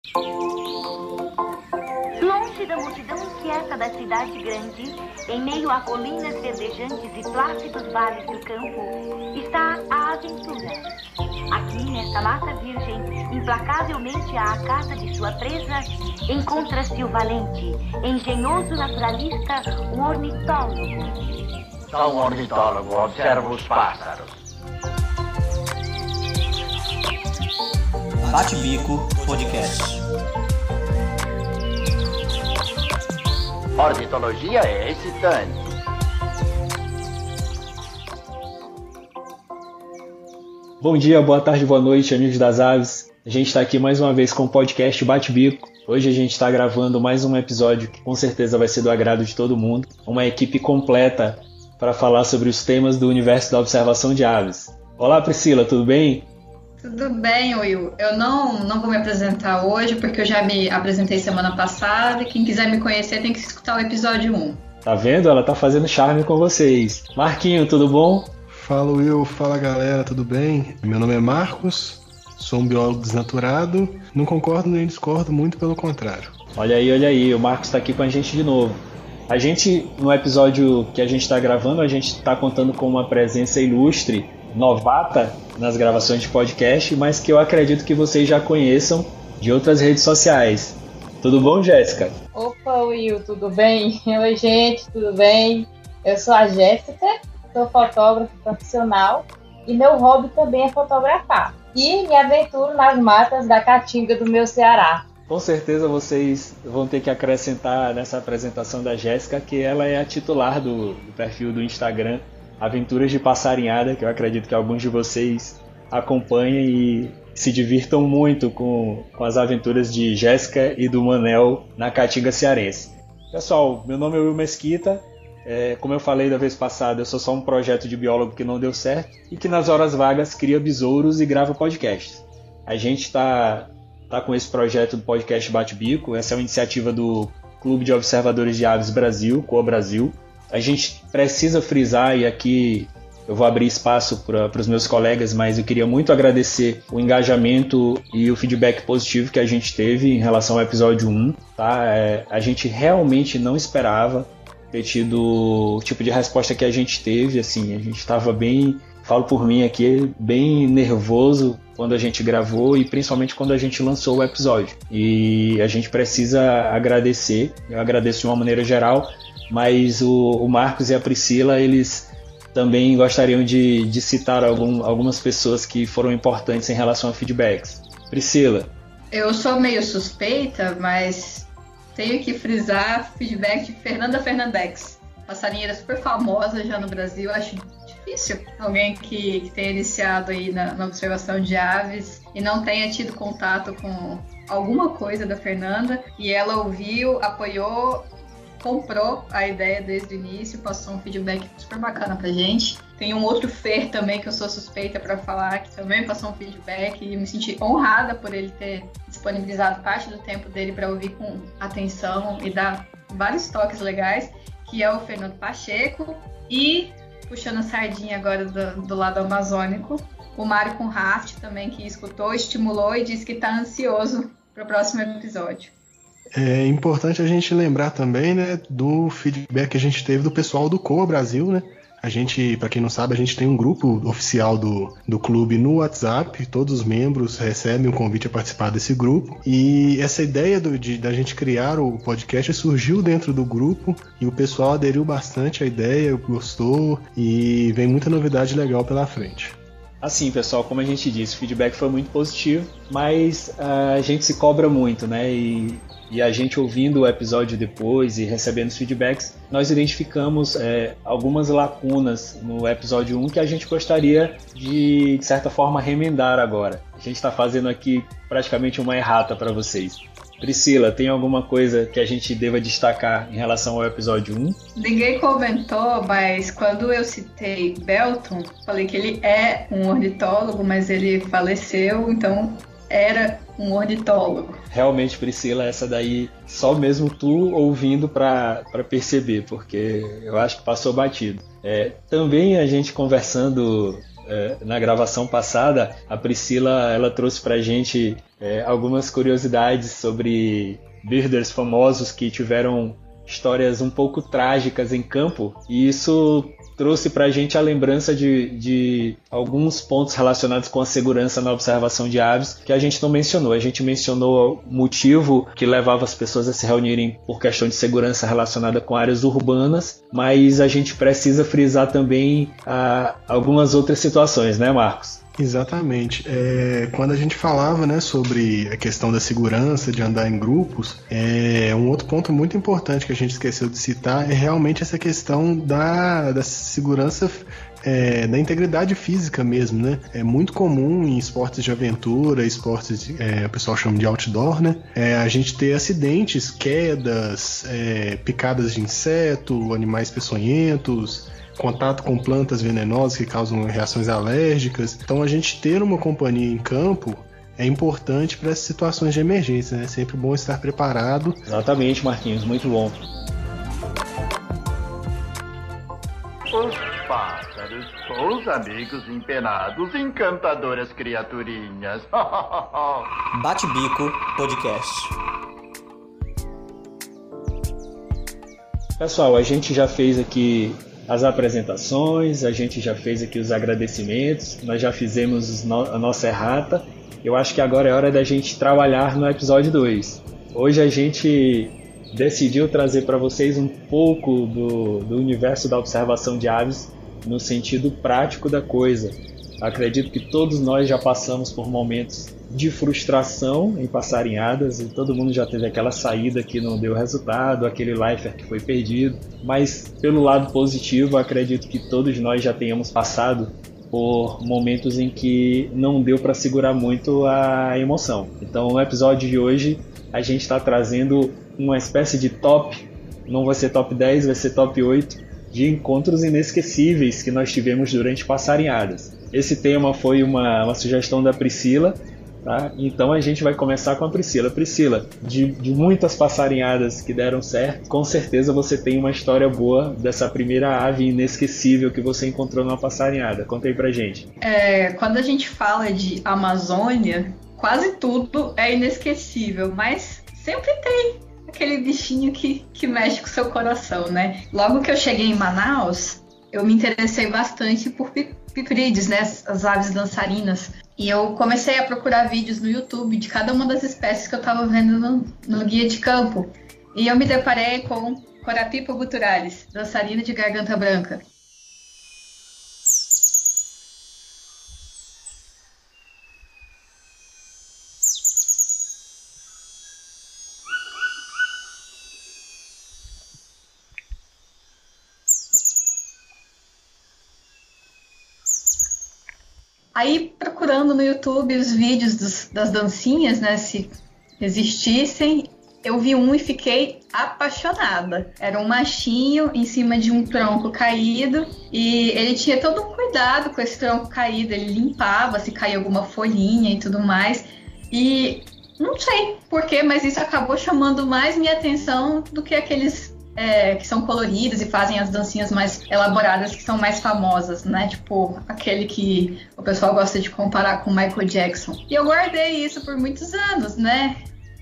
Longe da multidão inquieta da cidade grande, em meio a colinas verdejantes e plácidos vales do campo, está a aventura. Aqui, nesta mata virgem, implacavelmente à caça de sua presa, encontra-se o valente, engenhoso naturalista, o ornitólogo. Sou um ornitólogo, observo os pássaros. Bate-Bico Podcast. Ornitologia é excitante. Bom dia, boa tarde, boa noite, amigos das aves. A gente está aqui mais uma vez com o podcast Bate-Bico. Hoje a gente está gravando mais um episódio que com certeza vai ser do agrado de todo mundo. Uma equipe completa para falar sobre os temas do universo da observação de aves. Olá, Priscila, tudo bem? Tudo bem, Will. Eu não vou me apresentar hoje, porque eu já me apresentei semana passada, e quem quiser me conhecer tem que escutar o episódio 1. Tá vendo? Ela tá fazendo charme com vocês. Marquinho, tudo bom? Fala, Will. Fala, galera. Tudo bem? Meu nome é Marcos, sou um biólogo desnaturado. Não concordo nem discordo, muito pelo contrário. Olha aí. O Marcos tá aqui com a gente de novo. A gente, no episódio que a gente tá gravando, a gente tá contando com uma presença ilustre, novata nas gravações de podcast, mas que eu acredito que vocês já conheçam de outras redes sociais. Tudo bom, Jéssica? Opa, Will, tudo bem? Oi, gente, tudo bem? Eu sou a Jéssica, sou fotógrafa profissional e meu hobby também é fotografar. E me aventuro nas matas da Caatinga do meu Ceará. Com certeza vocês vão ter que acrescentar nessa apresentação da Jéssica que ela é a titular do perfil do Instagram Aventuras de Passarinhada, que eu acredito que alguns de vocês acompanhem e se divirtam muito com as aventuras de Jéssica e do Manel na Caatinga cearense. Pessoal, meu nome é Will Mesquita. Como eu falei da vez passada, eu sou só um projeto de biólogo que não deu certo e que nas horas vagas cria besouros e grava podcasts. A gente está com esse projeto do podcast Bate-Bico. Essa é uma iniciativa do Clube de Observadores de Aves Brasil, COA Brasil. A gente precisa frisar, e aqui eu vou abrir espaço para os meus colegas, mas eu queria muito agradecer o engajamento e o feedback positivo que a gente teve em relação ao episódio 1. Tá? A gente realmente não esperava ter tido o tipo de resposta que a gente teve. Assim, a gente estava bem, falo por mim aqui, bem nervoso quando a gente gravou e principalmente quando a gente lançou o episódio. E a gente precisa agradecer, eu agradeço de uma maneira geral, mas o Marcos e a Priscila, eles também gostariam de citar algumas pessoas que foram importantes em relação a feedbacks. Priscila. Eu sou meio suspeita, mas tenho que frisar feedback de Fernanda Fernandex, passarinheira super famosa já no Brasil. Acho difícil alguém que tenha iniciado aí na observação de aves e não tenha tido contato com alguma coisa da Fernanda, e ela ouviu, apoiou, comprou a ideia desde o início, passou um feedback super bacana pra gente. Tem um outro Fer também que eu sou suspeita pra falar, que também passou um feedback, e me senti honrada por ele ter disponibilizado parte do tempo dele para ouvir com atenção e dar vários toques legais, que é o Fernando Pacheco. E, puxando a sardinha agora do lado amazônico, o Mário Conraft também, que escutou, estimulou e disse que tá ansioso pro próximo episódio. É importante a gente lembrar também, né, do feedback que a gente teve do pessoal do COA Brasil, né? A gente, para quem não sabe, a gente tem um grupo oficial do clube no WhatsApp. Todos os membros recebem um convite a participar desse grupo. E essa ideia da gente criar o podcast surgiu dentro do grupo e o pessoal aderiu bastante à ideia, gostou, e vem muita novidade legal pela frente. Assim, pessoal, como a gente disse, o feedback foi muito positivo, mas a gente se cobra muito, né? E a gente ouvindo o episódio depois e recebendo os feedbacks, nós identificamos algumas lacunas no episódio 1 que a gente gostaria de certa forma, remendar agora. A gente está fazendo aqui praticamente uma errata para vocês. Priscila, tem alguma coisa que a gente deva destacar em relação ao episódio 1? Ninguém comentou, mas quando eu citei Belton, falei que ele é um ornitólogo, mas ele faleceu, então era um ornitólogo. Realmente, Priscila, essa daí só mesmo tu ouvindo para perceber, porque eu acho que passou batido. Também a gente conversando na gravação passada, a Priscila ela trouxe pra gente algumas curiosidades sobre birders famosos que tiveram histórias um pouco trágicas em campo, e isso trouxe pra gente a lembrança de alguns pontos relacionados com a segurança na observação de aves que a gente não mencionou. A gente mencionou o motivo que levava as pessoas a se reunirem por questão de segurança relacionada com áreas urbanas, mas a gente precisa frisar também algumas outras situações, né, Marcos? Exatamente. Quando a gente falava, né, sobre a questão da segurança, de andar em grupos, um outro ponto muito importante que a gente esqueceu de citar é realmente essa questão da segurança, da integridade física mesmo, né? É muito comum em esportes de aventura, esportes o pessoal chama de outdoor, né? A gente ter acidentes, quedas, picadas de inseto, animais peçonhentos, contato com plantas venenosas que causam reações alérgicas. Então a gente ter uma companhia em campo é importante para essas situações de emergência, né? É sempre bom estar preparado. Exatamente, Marquinhos, muito bom. Os pássaros, os amigos empenados, encantadoras criaturinhas. Bate-Bico Podcast. Pessoal, a gente já fez aqui as apresentações, a gente já fez aqui os agradecimentos, nós já fizemos a nossa errata. Eu acho que agora é hora da gente trabalhar no episódio 2. Hoje a gente decidiu trazer para vocês um pouco do universo da observação de aves no sentido prático da coisa. Acredito que todos nós já passamos por momentos de frustração em passarinhadas e todo mundo já teve aquela saída que não deu resultado, aquele lifer que foi perdido, mas pelo lado positivo acredito que todos nós já tenhamos passado por momentos em que não deu para segurar muito a emoção. Então no episódio de hoje a gente está trazendo uma espécie de top, não vai ser top 10, vai ser top 8 de encontros inesquecíveis que nós tivemos durante passarinhadas. Esse tema foi uma sugestão da Priscila. Tá? Então a gente vai começar com a Priscila. Priscila, de muitas passarinhadas que deram certo, com certeza você tem uma história boa dessa primeira ave inesquecível que você encontrou numa passarinhada. Conta aí pra gente. Quando a gente fala de Amazônia, quase tudo é inesquecível, mas sempre tem aquele bichinho que mexe com o seu coração, né? Logo que eu cheguei em Manaus, eu me interessei bastante por piprídeos, né? As aves dançarinas. E eu comecei a procurar vídeos no YouTube de cada uma das espécies que eu estava vendo no guia de campo. E eu me deparei com Corapipa guturalis, dançarina de garganta branca. Aí, procurando no YouTube os vídeos das dancinhas, né, se existissem, eu vi um e fiquei apaixonada. Era um machinho em cima de um tronco caído e ele tinha todo um cuidado com esse tronco caído. Ele limpava se caía alguma folhinha e tudo mais. E não sei porquê, mas isso acabou chamando mais minha atenção do que aqueles que são coloridos e fazem as dancinhas mais elaboradas, que são mais famosas, né? Tipo, aquele que o pessoal gosta de comparar com Michael Jackson. E eu guardei isso por muitos anos, né?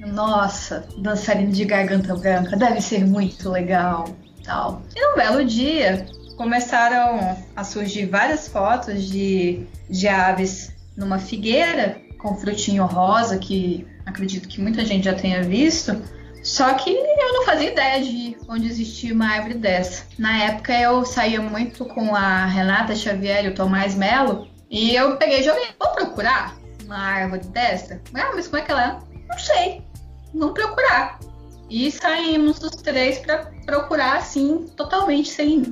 Nossa, dançarino de garganta branca, deve ser muito legal, tal. E num belo dia, começaram a surgir várias fotos de aves numa figueira com frutinho rosa, que acredito que muita gente já tenha visto. Só que eu não fazia ideia de onde existia uma árvore dessa. Na época eu saía muito com a Renata Xavier e o Tomás Melo, e eu peguei e joguei, vou procurar uma árvore dessa? Mas como é que ela é? Não sei, vamos procurar. E saímos os três para procurar assim, totalmente sem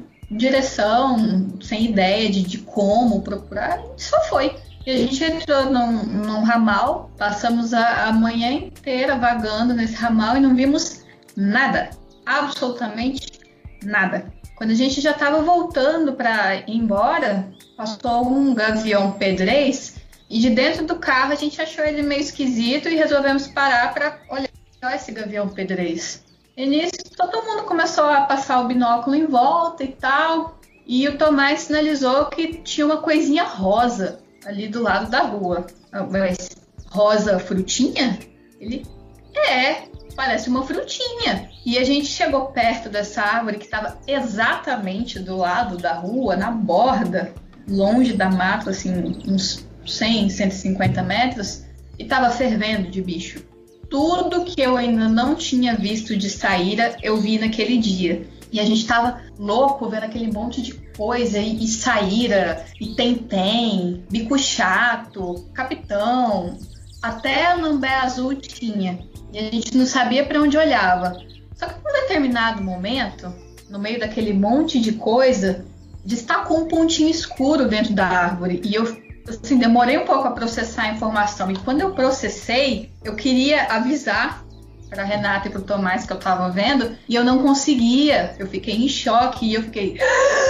direção, sem ideia de como procurar, e só foi. E a gente entrou num ramal, passamos a manhã inteira vagando nesse ramal e não vimos nada, absolutamente nada. Quando a gente já estava voltando para ir embora, passou um gavião pedrez e de dentro do carro a gente achou ele meio esquisito e resolvemos parar para olhar esse gavião pedrez. E nisso todo mundo começou a passar o binóculo em volta e tal. e o Tomás sinalizou que tinha uma coisinha rosa ali do lado da rua. Mas rosa frutinha? Ele, parece uma frutinha. E a gente chegou perto dessa árvore que estava exatamente do lado da rua, na borda, longe da mata, assim, uns 100, 150 metros, e estava fervendo de bicho. Tudo que eu ainda não tinha visto de saíra, eu vi naquele dia. E a gente tava louco vendo aquele monte de coisa, e saíra, e tem, bico chato, capitão, até lambé azul tinha. E a gente não sabia para onde olhava. Só que em um determinado momento, no meio daquele monte de coisa, destacou um pontinho escuro dentro da árvore. E eu assim, demorei um pouco a processar a informação. E quando eu processei, eu queria avisar para a Renata e para o Tomás que eu estava vendo, e eu não conseguia. Eu fiquei em choque e eu fiquei...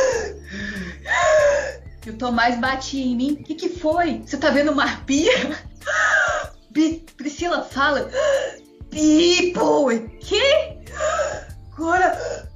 E o Tomás batia em mim. O que foi? Você tá vendo uma arpia? Priscila, fala. Pipo! Que? Agora...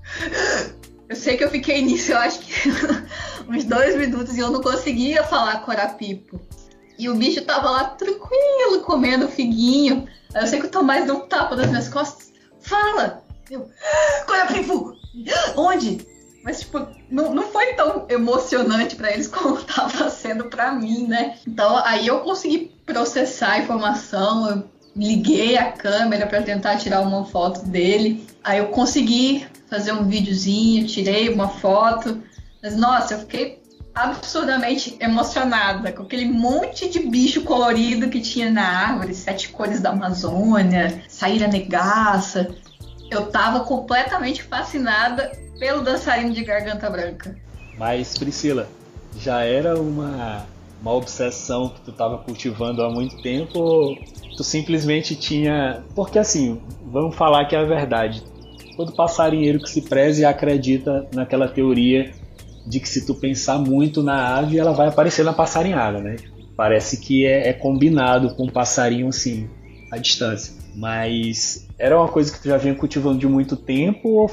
Eu sei que eu fiquei nisso, eu acho que uns 2 minutos, e eu não conseguia falar Corapipo. E o bicho tava lá tranquilo, comendo figuinho. Aí eu sei que o Tomás deu um tapa nas minhas costas. Fala! Eu, Corapipo! Onde? Mas, tipo, não foi tão emocionante pra eles como tava sendo pra mim, né? Então, aí eu consegui processar a informação, eu liguei a câmera pra tentar tirar uma foto dele. Aí eu consegui fazer um videozinho, tirei uma foto. Mas, nossa, eu fiquei absurdamente emocionada com aquele monte de bicho colorido que tinha na árvore. 7 cores da Amazônia, saíra negaça. Eu tava completamente fascinada pelo dançarino de garganta branca. Mas, Priscila, já era uma obsessão que tu tava cultivando há muito tempo, ou tu simplesmente tinha... Porque assim, vamos falar que é a verdade. Todo passarinheiro que se preze acredita naquela teoria de que se tu pensar muito na ave, ela vai aparecer na passarinhada, né? Parece que é combinado com o passarinho assim, à distância. Mas era uma coisa que tu já vinha cultivando de muito tempo, ou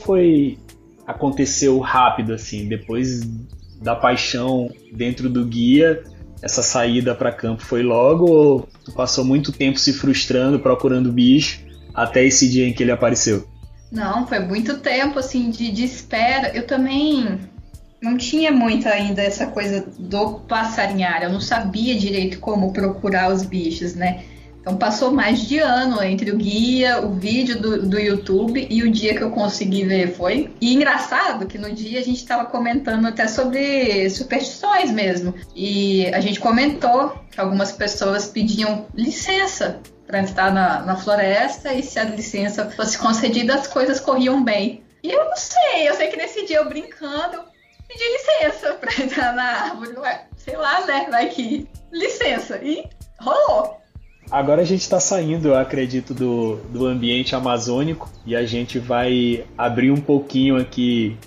aconteceu rápido assim, depois da paixão dentro do guia, essa saída para campo foi logo, ou tu passou muito tempo se frustrando, procurando bicho, até esse dia em que ele apareceu? Não, foi muito tempo assim de espera. Eu também não tinha muito ainda essa coisa do passarinhar, eu não sabia direito como procurar os bichos, né? Então passou mais de ano entre o guia, o vídeo do YouTube e o dia que eu consegui ver foi. E engraçado que no dia a gente estava comentando até sobre superstições mesmo. E a gente comentou que algumas pessoas pediam licença para entrar na floresta, e se a licença fosse concedida, as coisas corriam bem. E eu não sei, eu sei que nesse dia eu brincando, pedi licença para entrar na árvore. Ué, sei lá, né? Vai que licença. E rolou. Agora a gente está saindo, eu acredito, do ambiente amazônico, e a gente vai abrir um pouquinho aqui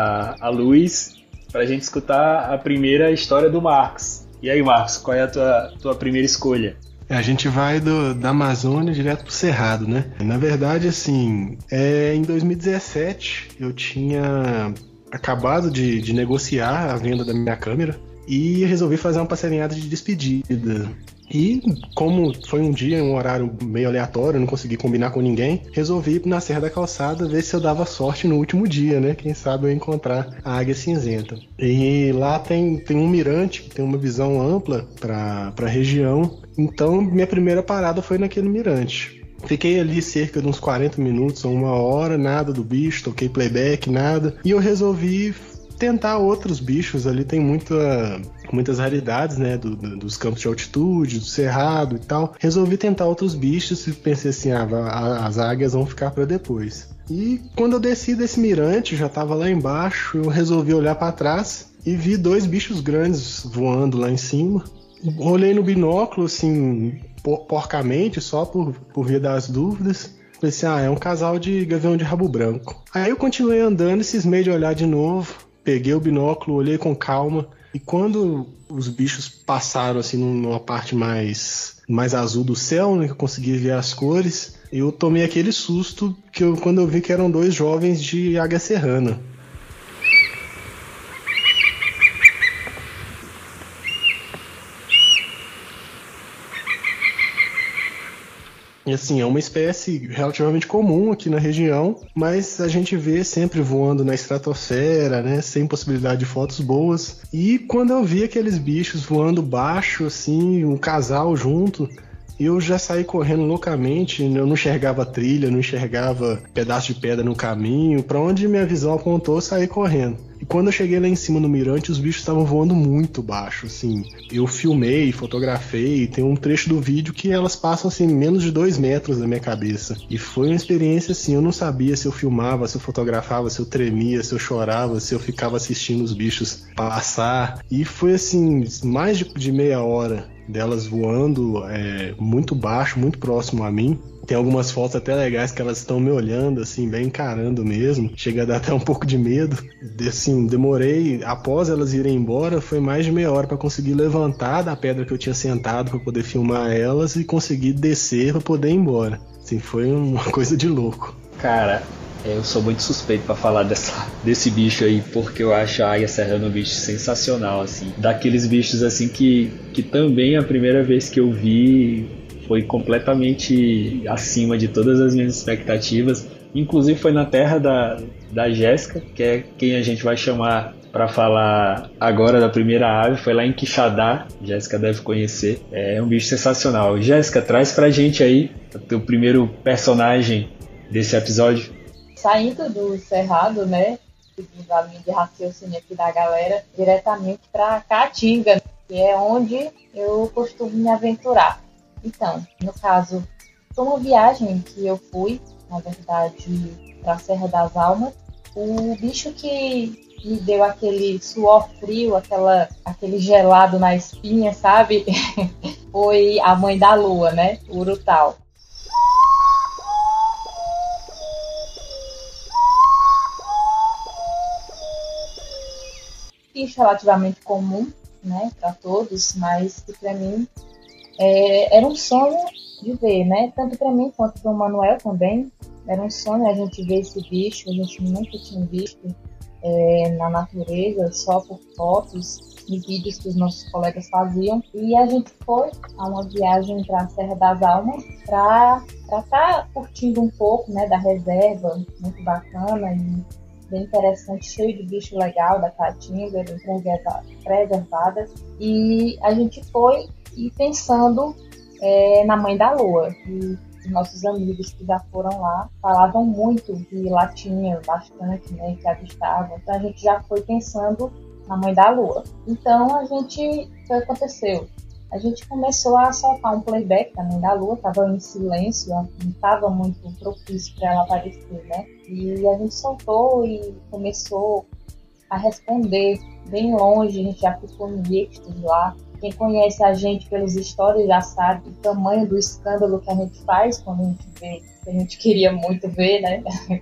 a luz para a gente escutar a primeira história do Marcos. E aí, Marcos, qual é a tua primeira escolha? A gente vai da Amazônia direto pro Cerrado, né? Na verdade, assim, em 2017 eu tinha acabado de negociar a venda da minha câmera e resolvi fazer uma passarinhada de despedida. E como foi um horário meio aleatório, eu não consegui combinar com ninguém, resolvi ir na Serra da Calçada ver se eu dava sorte no último dia, né? Quem sabe eu encontrar a águia cinzenta. E lá tem um mirante que tem uma visão ampla para a região, então minha primeira parada foi naquele mirante. Fiquei ali cerca de uns 40 minutos ou 1 hora, nada do bicho, toquei playback, nada, e eu resolvi tentar outros bichos. Ali tem muitas raridades, né, dos campos de altitude, do cerrado e tal. Resolvi tentar outros bichos e pensei assim, as águias vão ficar para depois. E quando eu desci desse mirante, já tava lá embaixo, eu resolvi olhar para trás e vi 2 bichos grandes voando lá em cima. Olhei no binóculo, assim, porcamente, só por via das dúvidas. Pensei, é um casal de gavião de rabo branco. Aí eu continuei andando e cismei de olhar de novo. Peguei o binóculo, olhei com calma, e quando os bichos passaram assim numa parte mais azul do céu, né, que eu consegui ver as cores, eu tomei aquele susto quando eu vi que eram 2 jovens de águia serrana. E assim, é uma espécie relativamente comum aqui na região, mas a gente vê sempre voando na estratosfera, né? Sem possibilidade de fotos boas. E quando eu vi aqueles bichos voando baixo, assim, um casal junto, eu já saí correndo loucamente. Eu não enxergava trilha, não enxergava pedaço de pedra no caminho. Para onde minha visão apontou, eu saí correndo. E quando eu cheguei lá em cima no mirante, os bichos estavam voando muito baixo, assim. Eu filmei, fotografei, tem um trecho do vídeo que elas passam, assim, menos de 2 metros da minha cabeça. E foi uma experiência, assim, eu não sabia se eu filmava, se eu fotografava, se eu tremia, se eu chorava, se eu ficava assistindo os bichos passar. E foi, assim, mais de meia hora delas voando muito baixo, muito próximo a mim. Tem algumas fotos até legais que elas estão me olhando, assim, bem encarando mesmo. Chega a dar até um pouco de medo. Assim, demorei, após elas irem embora, foi mais de meia hora para conseguir levantar da pedra que eu tinha sentado para poder filmar elas e conseguir descer para poder ir embora. Assim, foi uma coisa de louco. Cara, eu sou muito suspeito para falar desse bicho aí, porque eu acho a águia serrana um bicho sensacional, assim. Daqueles bichos, assim, que também a primeira vez que eu vi foi completamente acima de todas as minhas expectativas. Inclusive foi na terra da Jéssica, que é quem a gente vai chamar para falar agora da primeira ave. Foi lá em Quixadá, Jéssica deve conhecer. É um bicho sensacional. Jéssica, traz pra gente aí o teu primeiro personagem desse episódio. Saindo do Cerrado, né, seguindo a linha de raciocínio aqui da galera, diretamente para Caatinga, que é onde eu costumo me aventurar. Então, no caso, foi uma viagem que eu fui, na verdade, para a Serra das Almas. O bicho que me deu aquele suor frio, aquele gelado na espinha, sabe? Foi a mãe da lua, né? O urutau. Bicho relativamente comum, né, para todos, mas que para mim era um sonho de ver, né? Tanto para mim quanto para o Manuel também. Era um sonho a gente ver esse bicho. A gente nunca tinha visto na natureza, só por fotos e vídeos que os nossos colegas faziam. E a gente foi a uma viagem para a Serra das Almas para estar curtindo um pouco, né, da reserva, muito bacana e bem interessante, cheio de bicho legal da Caatinga, bem preservadas. E a gente foi e pensando na Mãe da Lua. E os nossos amigos que já foram lá falavam muito de latinha bastante, né, que avistavam. Então a gente já foi pensando na Mãe da Lua. Então o que aconteceu? A gente começou a soltar um playback da Mãe da Lua, estava em silêncio, não estava muito propício para ela aparecer, né? E a gente soltou e começou a responder bem longe. A gente já ficou no êxtase lá. Quem conhece a gente pelos stories já sabe o tamanho do escândalo que a gente faz quando a gente vê, que a gente queria muito ver, né?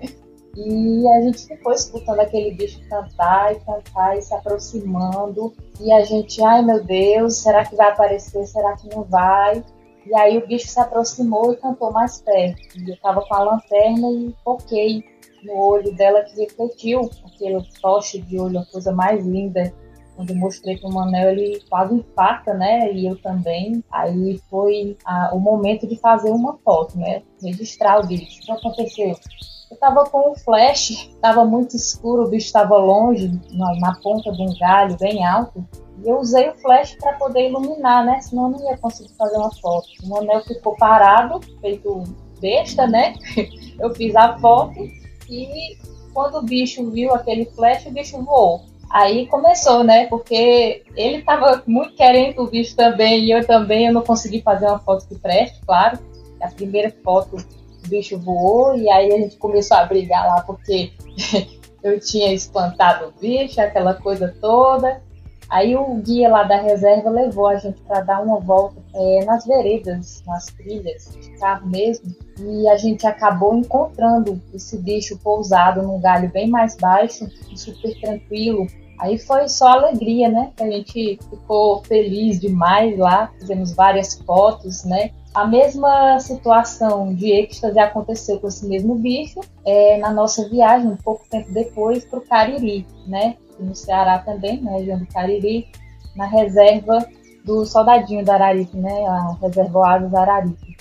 E a gente ficou escutando aquele bicho cantar e se aproximando. E a gente, ai meu Deus, será que vai aparecer? Será que não vai? E aí o bicho se aproximou e cantou mais perto. E eu tava com a lanterna e foquei no olho dela, que refletiu aquele toche de olho, a coisa mais linda. Quando eu mostrei pro Manel, ele quase infarta, né? E eu também. Aí foi o momento de fazer uma foto, né? Registrar o bicho. O que aconteceu? Eu tava com um flash, tava muito escuro, o bicho estava longe, na ponta de um galho bem alto. E eu usei o flash para poder iluminar, né? Senão eu não ia conseguir fazer uma foto. O Manel ficou parado, feito besta, né? Eu fiz a foto e quando o bicho viu aquele flash, o bicho voou. Aí começou, né? Porque ele tava muito querendo o bicho também e eu também. Eu não consegui fazer uma foto que preste, claro. A primeira foto, o bicho voou e aí a gente começou a brigar lá porque eu tinha espantado o bicho, aquela coisa toda. Aí o guia lá da reserva levou a gente para dar uma volta nas veredas, nas trilhas de carro mesmo. E a gente acabou encontrando esse bicho pousado num galho bem mais baixo e super tranquilo. Aí foi só alegria, né? A gente ficou feliz demais lá, fizemos várias fotos, né? A mesma situação de êxtase aconteceu com esse mesmo bicho na nossa viagem, um pouco tempo depois, para o Cariri, né? No Ceará também, na região do Cariri, na reserva do Soldadinho da Araripe, né? A reserva Oásis Araripe.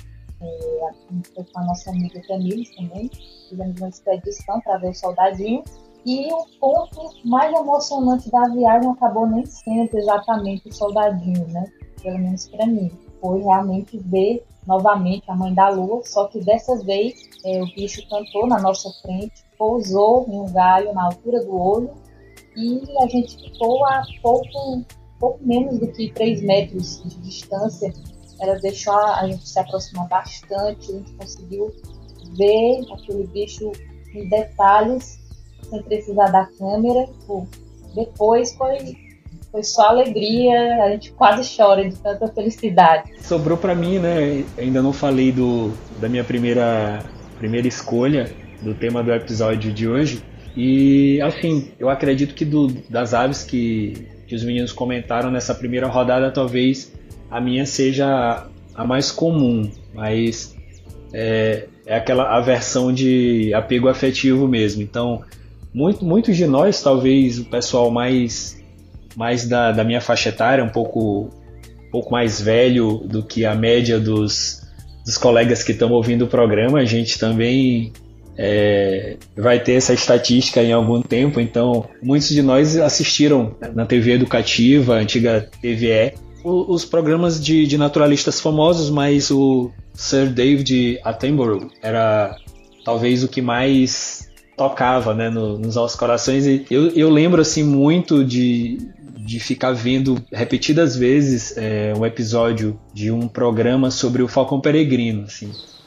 A gente foi com a nossa amiga Camille também, fizemos uma expedição para ver o soldadinho. E o ponto mais emocionante da viagem acabou nem sendo exatamente o soldadinho, né? Pelo menos para mim. Foi realmente ver novamente a Mãe da Lua, só que dessa vez o bicho cantou na nossa frente, pousou em um galho na altura do olho e a gente ficou a pouco menos do que 3 metros de distância. Ela deixou a gente se aproximar bastante, a gente conseguiu ver aquele bicho em detalhes, sem precisar da câmera. Depois foi só alegria, a gente quase chora de tanta felicidade. Sobrou pra mim, né? Ainda não falei da minha primeira escolha do tema do episódio de hoje. E, assim, eu acredito que das aves que os meninos comentaram nessa primeira rodada, talvez a minha seja a mais comum, mas é aquela aversão de apego afetivo mesmo. Então, muitos de nós, talvez o pessoal mais da minha faixa etária, um pouco mais velho do que a média dos colegas que estão ouvindo o programa, a gente também vai ter essa estatística em algum tempo. Então, muitos de nós assistiram na TV educativa, antiga TVE, os programas de naturalistas famosos, mas o Sir David Attenborough era talvez o que mais tocava, né, nos nossos corações. E eu lembro assim muito de ficar vendo repetidas vezes um episódio de um programa sobre o Falcão Peregrino, assim.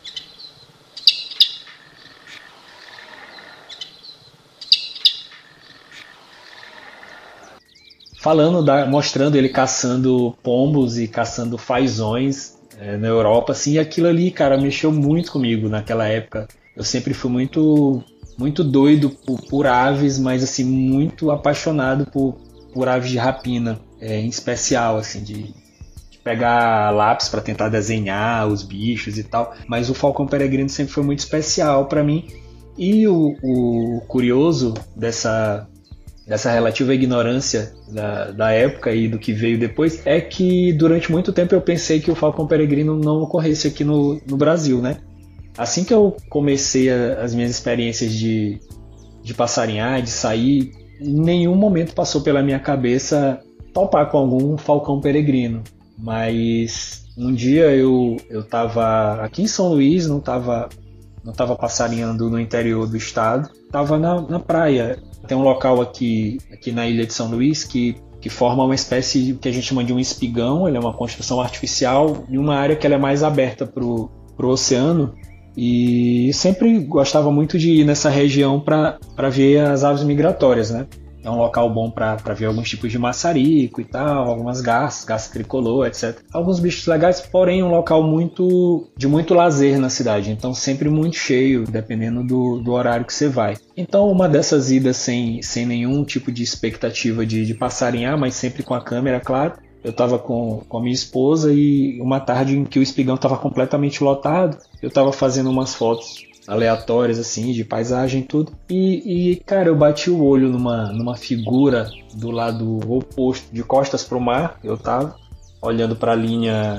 Mostrando ele caçando pombos e caçando fazões na Europa, assim, e aquilo ali, cara, mexeu muito comigo naquela época. Eu sempre fui muito doido por aves, mas assim, muito apaixonado por aves de rapina, em especial, assim, de pegar lápis para tentar desenhar os bichos e tal. Mas o Falcão Peregrino sempre foi muito especial para mim. E o curioso dessa relativa ignorância da época e do que veio depois é que durante muito tempo eu pensei que o Falcão Peregrino não ocorresse aqui no Brasil, né? Assim que eu comecei as minhas experiências de passarinhar, de sair, em nenhum momento passou pela minha cabeça topar com algum falcão peregrino. Mas um dia eu estava aqui em São Luís, não estava passarinhando no interior do estado, estava na praia. Tem um local aqui na ilha de São Luís que forma uma espécie que a gente chama de um espigão. Ele é uma construção artificial em uma área que ela é mais aberta para o oceano. E sempre gostava muito de ir nessa região para ver as aves migratórias, né? É um local bom para ver alguns tipos de maçarico e tal, algumas garças tricolor, etc. Alguns bichos legais, porém um local de muito lazer na cidade, então sempre muito cheio, dependendo do horário que você vai. Então uma dessas idas sem nenhum tipo de expectativa de passarinhar, mas sempre com a câmera, claro. Eu estava com a minha esposa e uma tarde em que o espigão estava completamente lotado, eu estava fazendo umas fotos aleatórias assim, de paisagem e tudo. E cara, eu bati o olho numa figura do lado oposto, de costas para o mar. Eu estava olhando para a linha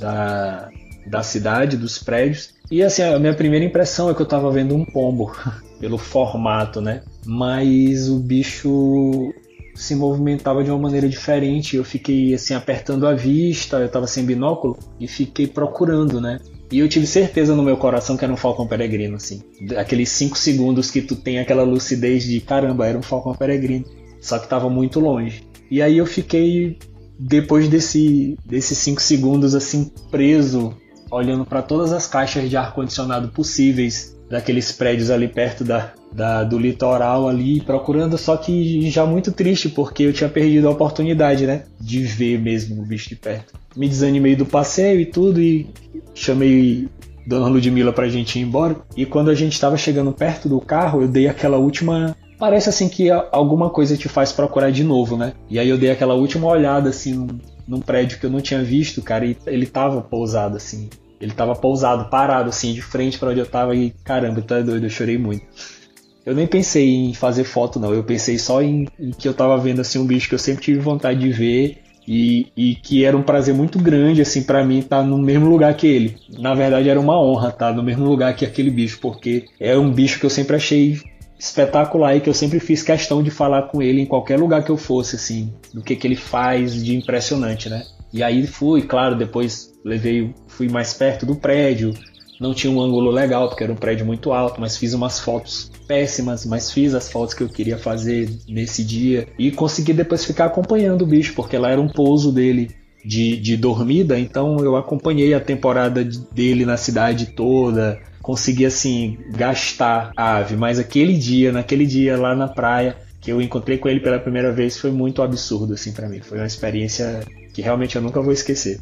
da cidade, dos prédios. E assim, a minha primeira impressão é que eu estava vendo um pombo, pelo formato, né? Mas o bicho se movimentava de uma maneira diferente. Eu fiquei assim apertando a vista, eu estava sem binóculo e fiquei procurando, né? E eu tive certeza no meu coração que era um falcão peregrino, assim. Aqueles 5 segundos que tu tem aquela lucidez de caramba, era um falcão peregrino. Só que estava muito longe. E aí eu fiquei, depois desses 5 segundos, assim, preso, olhando para todas as caixas de ar-condicionado possíveis daqueles prédios ali perto do litoral ali, procurando, só que já muito triste, porque eu tinha perdido a oportunidade, né, de ver mesmo o bicho de perto. Me desanimei do passeio e tudo, e chamei Dona Ludmilla pra gente ir embora, e quando a gente estava chegando perto do carro, eu dei aquela última... Parece assim que alguma coisa te faz procurar de novo, né? E aí eu dei aquela última olhada, assim, num prédio que eu não tinha visto, cara, e ele tava pousado, assim. Ele tava pousado, parado, assim, de frente pra onde eu tava, e caramba, tá doido, eu chorei muito. Eu nem pensei em fazer foto, não. Eu pensei só em que eu tava vendo, assim, um bicho que eu sempre tive vontade de ver, E que era um prazer muito grande, assim, pra mim estar no mesmo lugar que ele. Na verdade, era uma honra estar no mesmo lugar que aquele bicho, porque é um bicho que eu sempre achei espetacular e que eu sempre fiz questão de falar com ele em qualquer lugar que eu fosse, assim, do que ele faz de impressionante, né? E aí fui, claro, depois fui mais perto do prédio, não tinha um ângulo legal, porque era um prédio muito alto, mas fiz umas fotos péssimas, mas fiz as fotos que eu queria fazer nesse dia e consegui depois ficar acompanhando o bicho, porque lá era um pouso dele de dormida, então eu acompanhei a temporada dele na cidade toda, consegui assim gastar a ave, mas naquele dia lá na praia que eu encontrei com ele pela primeira vez foi muito absurdo assim para mim, foi uma experiência que realmente eu nunca vou esquecer.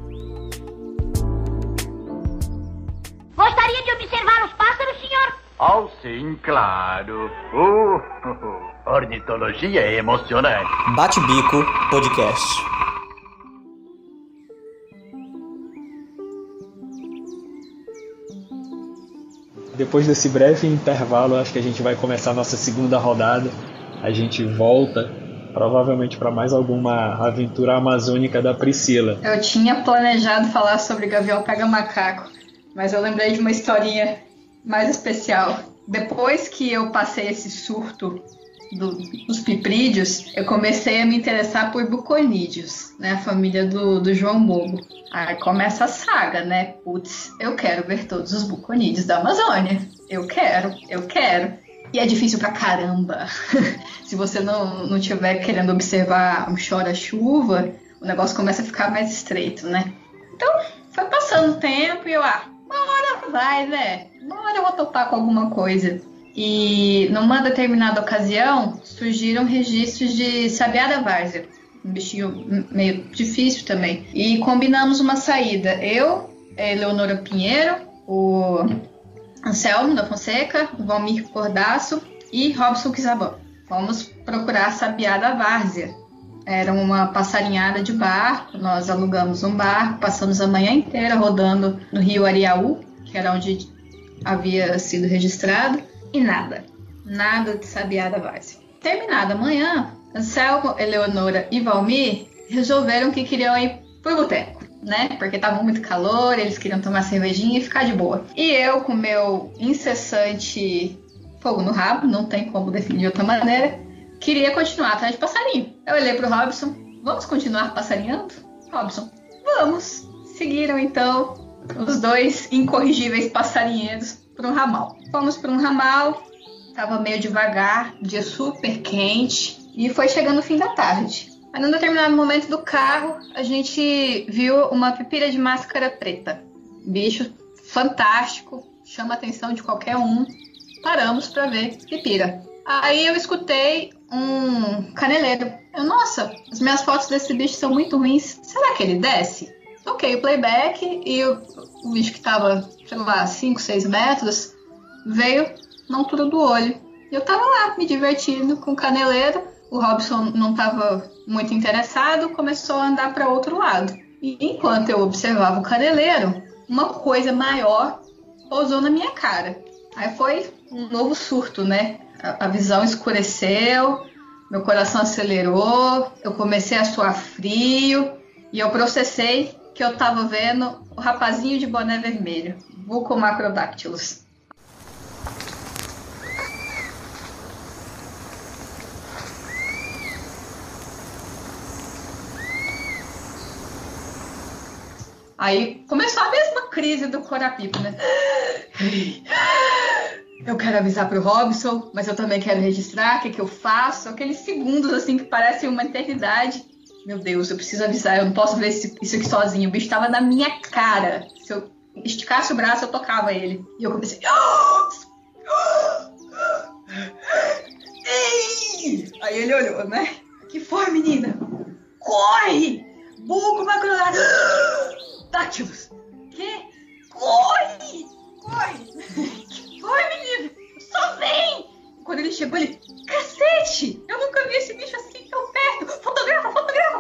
Gostaria de observar os pássaros, senhor? Oh, sim, claro. Ornitologia é emocionante. Bate-Bico Podcast. Depois desse breve intervalo, acho que a gente vai começar a nossa segunda rodada. A gente volta, provavelmente, para mais alguma aventura amazônica da Priscila. Eu tinha planejado falar sobre Gavião Pega Macaco, mas eu lembrei de uma historinha mais especial. Depois que eu passei esse surto dos piprídeos, eu comecei a me interessar por buconídeos, né? A família do João Bobo. Aí começa a saga, né? Putz, eu quero ver todos os buconídeos da Amazônia. Eu quero. E é difícil pra caramba. Se você não estiver querendo observar um chora-chuva, o negócio começa a ficar mais estreito, né? Então, foi passando o tempo e uma hora vai, né? Uma hora eu vou topar com alguma coisa. E numa determinada ocasião, surgiram registros de sabiá da várzea. Um bichinho meio difícil também. E combinamos uma saída. Eu, a Eleonora Pinheiro, o Anselmo da Fonseca, o Valmir Cordaço e Robson Quizabão. Fomos procurar sabiá da várzea. Era uma passarinhada de barco. Nós alugamos um barco, passamos a manhã inteira rodando no rio Ariaú, que era onde havia sido registrado. E nada de sabiá da várzea. Terminada a manhã, Anselmo, Eleonora e Valmir resolveram que queriam ir pro boteco, né? Porque tava muito calor, eles queriam tomar cervejinha e ficar de boa. E eu, com meu incessante fogo no rabo, não tem como definir de outra maneira, queria continuar atrás de passarinho. Eu olhei pro Robson, vamos continuar passarinhando? Robson, vamos. Seguiram então os dois incorrigíveis passarinheiros para um ramal. Fomos para um ramal, estava meio devagar, dia super quente, e foi chegando o fim da tarde. Aí, num determinado momento do carro, a gente viu uma pipira de máscara preta. Bicho fantástico, chama a atenção de qualquer um. Paramos para ver pipira. Aí eu escutei um caneleiro. Nossa, as minhas fotos desse bicho são muito ruins. Será que ele desce? Toquei o playback e o bicho que tava, sei lá, 5, 6 metros, veio na altura do olho. E eu tava lá, me divertindo com o caneleiro. O Robson não tava muito interessado, começou a andar para outro lado. E enquanto eu observava o caneleiro, uma coisa maior pousou na minha cara. Aí foi um novo surto, né? A visão escureceu, meu coração acelerou, eu comecei a suar frio e eu processei que eu tava vendo o rapazinho de boné vermelho, Bucomacrodactylus. Aí começou a mesma crise do Corapipo, né? Eu quero avisar pro Robson, mas eu também quero registrar, o que eu faço? Aqueles segundos assim que parecem uma eternidade. Meu Deus, eu preciso avisar, eu não posso ver isso aqui sozinho. O bicho tava na minha cara. Se eu esticasse o braço, eu tocava ele. E eu comecei... Aí ele olhou, né? Que foi, menina? Corre! Bucomacrodactylus! Que? Corre! Que foi, menina? Só vem! Quando ele chegou, ele... Cacete! Eu nunca vi esse bicho assim tão perto! Fotografa!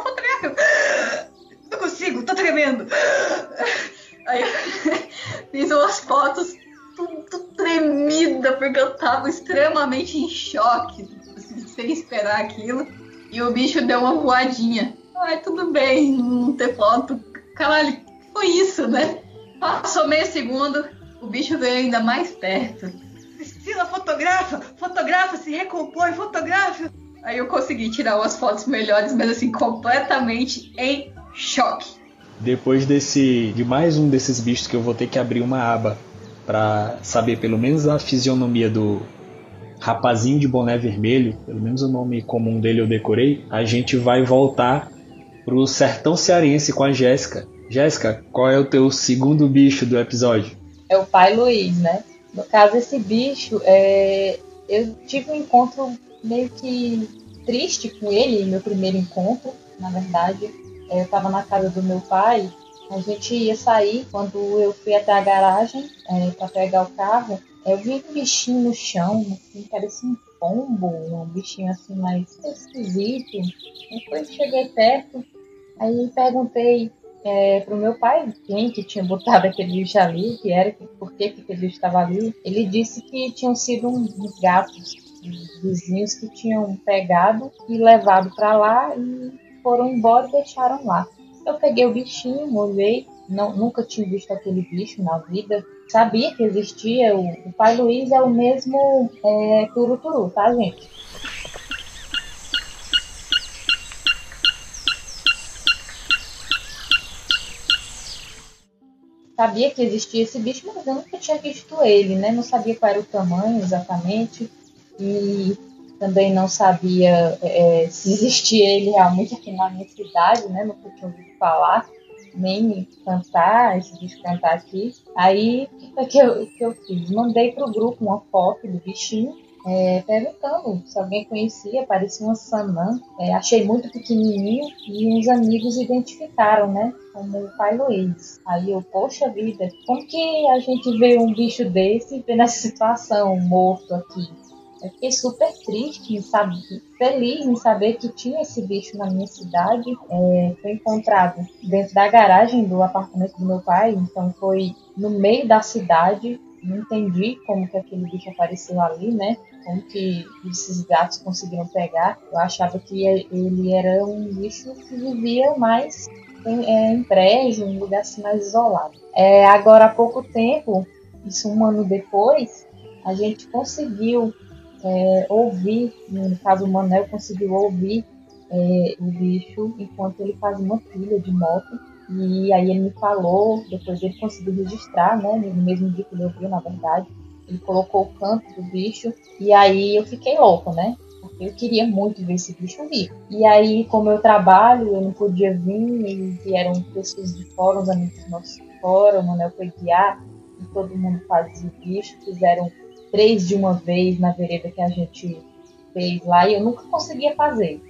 Não consigo, tô tremendo! Aí fiz umas fotos tudo tremida, porque eu tava extremamente em choque, assim, sem esperar aquilo. E o bicho deu uma voadinha. Ai, tudo bem, não ter foto. Caralho, que foi isso, né? Passou meio segundo, o bicho veio ainda mais perto. Priscila, fotografa, se recompõe, fotografa. Aí eu consegui tirar umas fotos melhores, mas assim, completamente em choque. Depois de mais um desses bichos que eu vou ter que abrir uma aba para saber pelo menos a fisionomia do rapazinho de boné vermelho, pelo menos o nome comum dele eu decorei, a gente vai voltar pro sertão cearense com a Jéssica. Jéssica, qual é o teu segundo bicho do episódio? É o Pai Luiz, né? No caso, esse bicho, eu tive um encontro meio que triste com ele, meu primeiro encontro, na verdade. Eu estava na casa do meu pai, a gente ia sair, quando eu fui até a garagem para pegar o carro, eu vi um bichinho no chão, assim, parecia um pombo, um bichinho assim mais esquisito. Depois cheguei perto, aí perguntei pro meu pai quem que tinha botado aquele bicho ali, por que aquele bicho estava ali. Ele disse que tinham sido uns gatos vizinhos que tinham pegado e levado para lá e foram embora e deixaram lá. Eu peguei o bichinho, olhei, nunca tinha visto aquele bicho na vida, sabia que existia. O Pai Luiz é o mesmo turuturu, tá, gente? Sabia que existia esse bicho, mas eu nunca tinha visto ele, né? Não sabia qual era o tamanho exatamente e também não sabia se existia ele realmente aqui na minha cidade, né? Nunca tinha ouvido falar, nem cantar, esse bicho cantar aqui. Aí, o que eu fiz? Mandei pro grupo uma foto do bichinho, perguntando se alguém conhecia, parecia uma sanã. Achei muito pequenininho e uns amigos identificaram, né, como o Pai Luiz. Aí eu, poxa vida, como que a gente vê um bicho desse e vê nessa situação, morto aqui? Eu fiquei super triste, feliz em saber que tinha esse bicho na minha cidade. Foi encontrado dentro da garagem do apartamento do meu pai, então foi no meio da cidade. Não entendi como que aquele bicho apareceu ali, né? Como que esses gatos conseguiram pegar. Eu achava que ele era um bicho que vivia mais em prédio, em um lugar assim mais isolado. Agora, há pouco tempo, isso um ano depois, a gente conseguiu ouvir, no caso o Manel conseguiu ouvir o bicho enquanto ele fazia uma trilha de moto. E aí ele me falou, depois ele conseguiu registrar, né, no mesmo dia que ele ouviu, na verdade, ele colocou o canto do bicho, e aí eu fiquei louca, né, porque eu queria muito ver esse bicho vivo. E aí, como eu trabalho, eu não podia vir, e vieram pessoas de fora, os amigos nossos de fora, o Manel foi guiar, e todo mundo fazia o bicho, fizeram 3 de uma vez na vereda que a gente fez lá, e eu nunca conseguia fazer,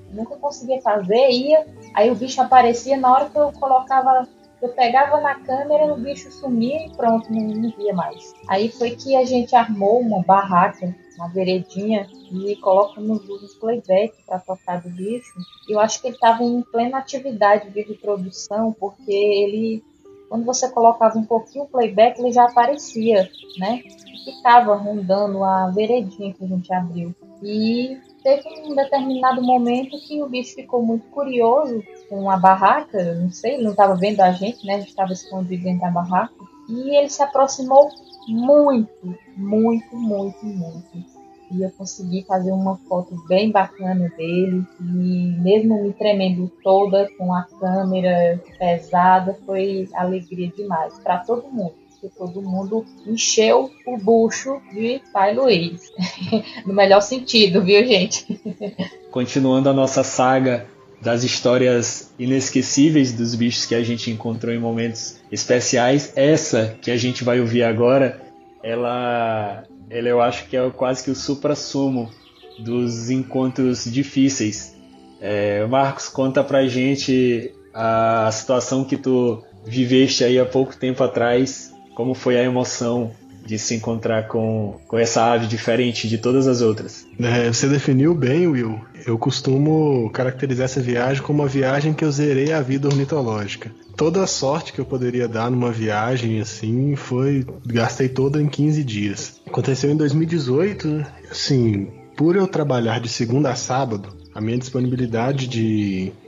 aí o bicho aparecia na hora que eu colocava, eu pegava na câmera, o bicho sumia e pronto, não via mais. Aí foi que a gente armou uma barraca na veredinha e colocamos um playback para tocar do bicho. Eu acho que ele estava em plena atividade de reprodução, porque ele, quando você colocava um pouquinho o playback, ele já aparecia, né? E ficava rondando a veredinha que a gente abriu. E teve um determinado momento que o bicho ficou muito curioso com a barraca, não sei, ele não estava vendo a gente, né? A gente estava escondido dentro da barraca. E ele se aproximou muito, muito, muito, muito. E eu consegui fazer uma foto bem bacana dele. E mesmo me tremendo toda com a câmera pesada, foi alegria demais para todo mundo. Todo mundo encheu o bucho de Pai Luiz. No melhor sentido, viu, gente? Continuando a nossa saga das histórias inesquecíveis dos bichos que a gente encontrou em momentos especiais, essa que a gente vai ouvir agora, ela eu acho que é quase que o suprassumo dos encontros difíceis. Marcos, conta pra gente a situação que tu viveste aí há pouco tempo atrás. Como foi a emoção de se encontrar com essa ave diferente de todas as outras? Você definiu bem, Will. Eu costumo caracterizar essa viagem como uma viagem que eu zerei a vida ornitológica. Toda a sorte que eu poderia dar numa viagem assim, gastei toda em 15 dias. Aconteceu em 2018, assim, por eu trabalhar de segunda a sábado, a minha disponibilidade de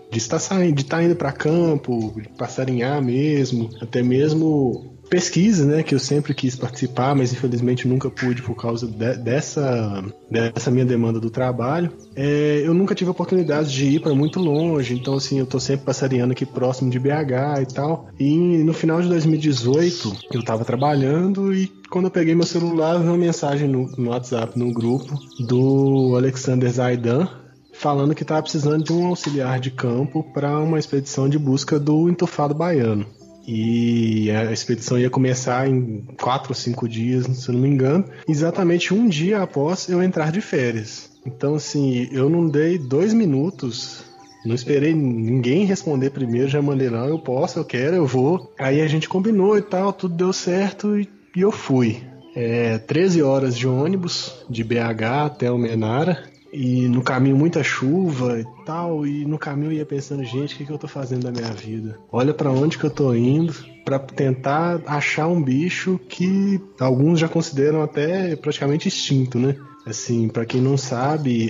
de estar indo para campo, de passarinhar mesmo, até mesmo pesquisa, né, que eu sempre quis participar, mas infelizmente nunca pude por causa dessa minha demanda do trabalho. Eu nunca tive a oportunidade de ir para muito longe, então assim, eu tô sempre passarinhando aqui próximo de BH e tal. E no final de 2018, eu tava trabalhando e quando eu peguei meu celular, eu vi uma mensagem no WhatsApp, no grupo, do Alexander Zaidan, falando que estava precisando de um auxiliar de campo para uma expedição de busca do entufado baiano. E a expedição ia começar em 4 ou 5 dias, se eu não me engano, exatamente um dia após eu entrar de férias. Então, assim, eu não dei 2 minutos, não esperei ninguém responder primeiro, já mandei, não, eu posso, eu quero, eu vou. Aí a gente combinou e tal, tudo deu certo e eu fui. 13 horas de ônibus, de BH até Almenara. E no caminho muita chuva e tal, e no caminho eu ia pensando, gente, o que eu tô fazendo da minha vida? Olha pra onde que eu tô indo pra tentar achar um bicho que alguns já consideram até praticamente extinto, né? Assim, pra quem não sabe,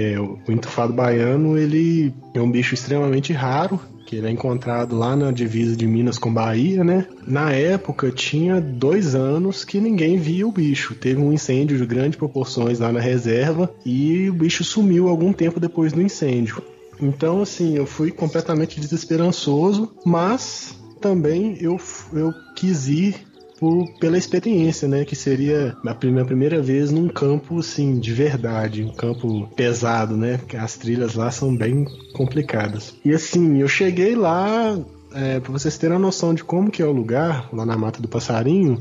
o entufado baiano, ele é um bicho extremamente raro, que ele é encontrado lá na divisa de Minas com Bahia, né? Na época, tinha 2 anos que ninguém via o bicho. Teve um incêndio de grandes proporções lá na reserva e o bicho sumiu algum tempo depois do incêndio. Então, assim, eu fui completamente desesperançoso, mas também eu quis ir pela experiência, né, que seria a primeira vez num campo, assim, de verdade, um campo pesado, né, porque as trilhas lá são bem complicadas. E assim, eu cheguei lá, para vocês terem uma noção de como que é o lugar, lá na Mata do Passarinho,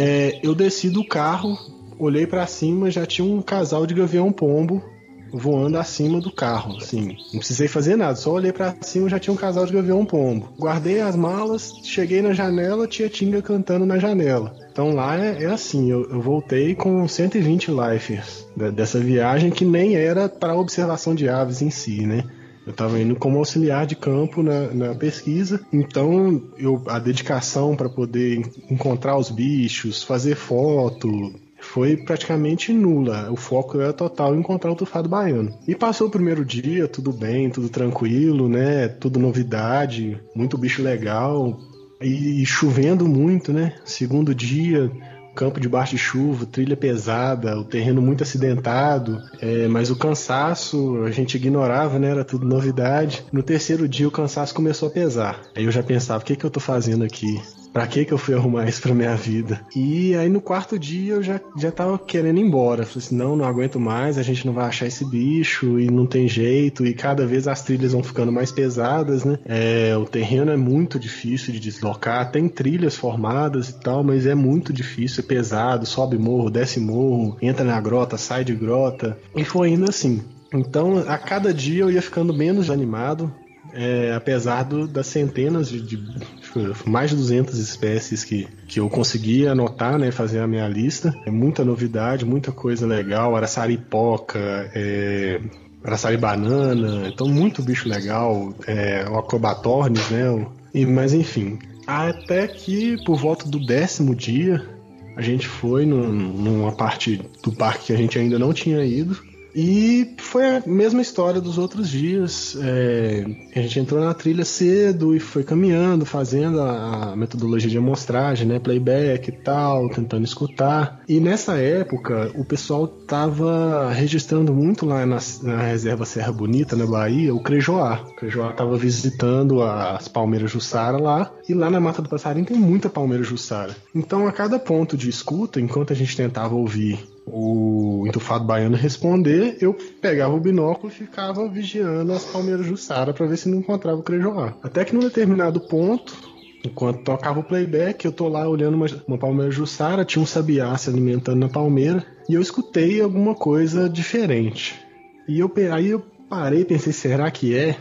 eu desci do carro, olhei para cima, já tinha um casal de gavião-pombo voando acima do carro, assim, não precisei fazer nada, só olhei pra cima e já tinha um casal de gavião-pombo. Guardei as malas, cheguei na janela, Tietinga cantando na janela. Então lá é assim, eu voltei com 120 lifers dessa viagem, que nem era para observação de aves em si, né? Eu estava indo como auxiliar de campo na pesquisa, então a dedicação para poder encontrar os bichos, fazer foto, foi praticamente nula. O foco era total em encontrar o tufado baiano. E passou o primeiro dia, tudo bem, tudo tranquilo, né? Tudo novidade, muito bicho legal. E chovendo muito, né? Segundo dia, campo debaixo de chuva, trilha pesada, o terreno muito acidentado, mas o cansaço a gente ignorava, né? Era tudo novidade. No terceiro dia o cansaço começou a pesar. Aí eu já pensava, o que eu tô fazendo aqui? Pra que eu fui arrumar isso pra minha vida? E aí no quarto dia eu já tava querendo ir embora. Falei assim, não aguento mais, a gente não vai achar esse bicho e não tem jeito. E cada vez as trilhas vão ficando mais pesadas, né? O terreno é muito difícil de deslocar. Tem trilhas formadas e tal, mas é muito difícil, é pesado. Sobe morro, desce morro, entra na grota, sai de grota. E foi indo assim. Então a cada dia eu ia ficando menos animado. Apesar das centenas de mais de 200 espécies que eu consegui anotar, né, fazer a minha lista. É muita novidade, muita coisa legal, araçaripoca, araçaribanana, então muito bicho legal, o Acrobatornis, né, mas enfim. Até que por volta do 10º dia, a gente foi numa parte do parque que a gente ainda não tinha ido. E foi a mesma história dos outros dias. A gente entrou na trilha cedo e foi caminhando, fazendo a metodologia de amostragem, né, playback e tal, tentando escutar. E nessa época o pessoal estava registrando muito lá na reserva Serra Bonita, na Bahia, o Crejoá. O Crejoá estava visitando as palmeiras Jussara lá, e lá na Mata do Passarinho tem muita palmeira Jussara. Então a cada ponto de escuta, enquanto a gente tentava ouvir o entufado baiano responder, eu pegava o binóculo e ficava vigiando as palmeiras Jussara para ver se não encontrava o Crejoá. Até que num determinado ponto, enquanto tocava o playback, eu tô lá olhando uma palmeira Jussara, tinha um sabiá se alimentando na palmeira, e eu escutei alguma coisa diferente. E aí eu parei e pensei, será que é?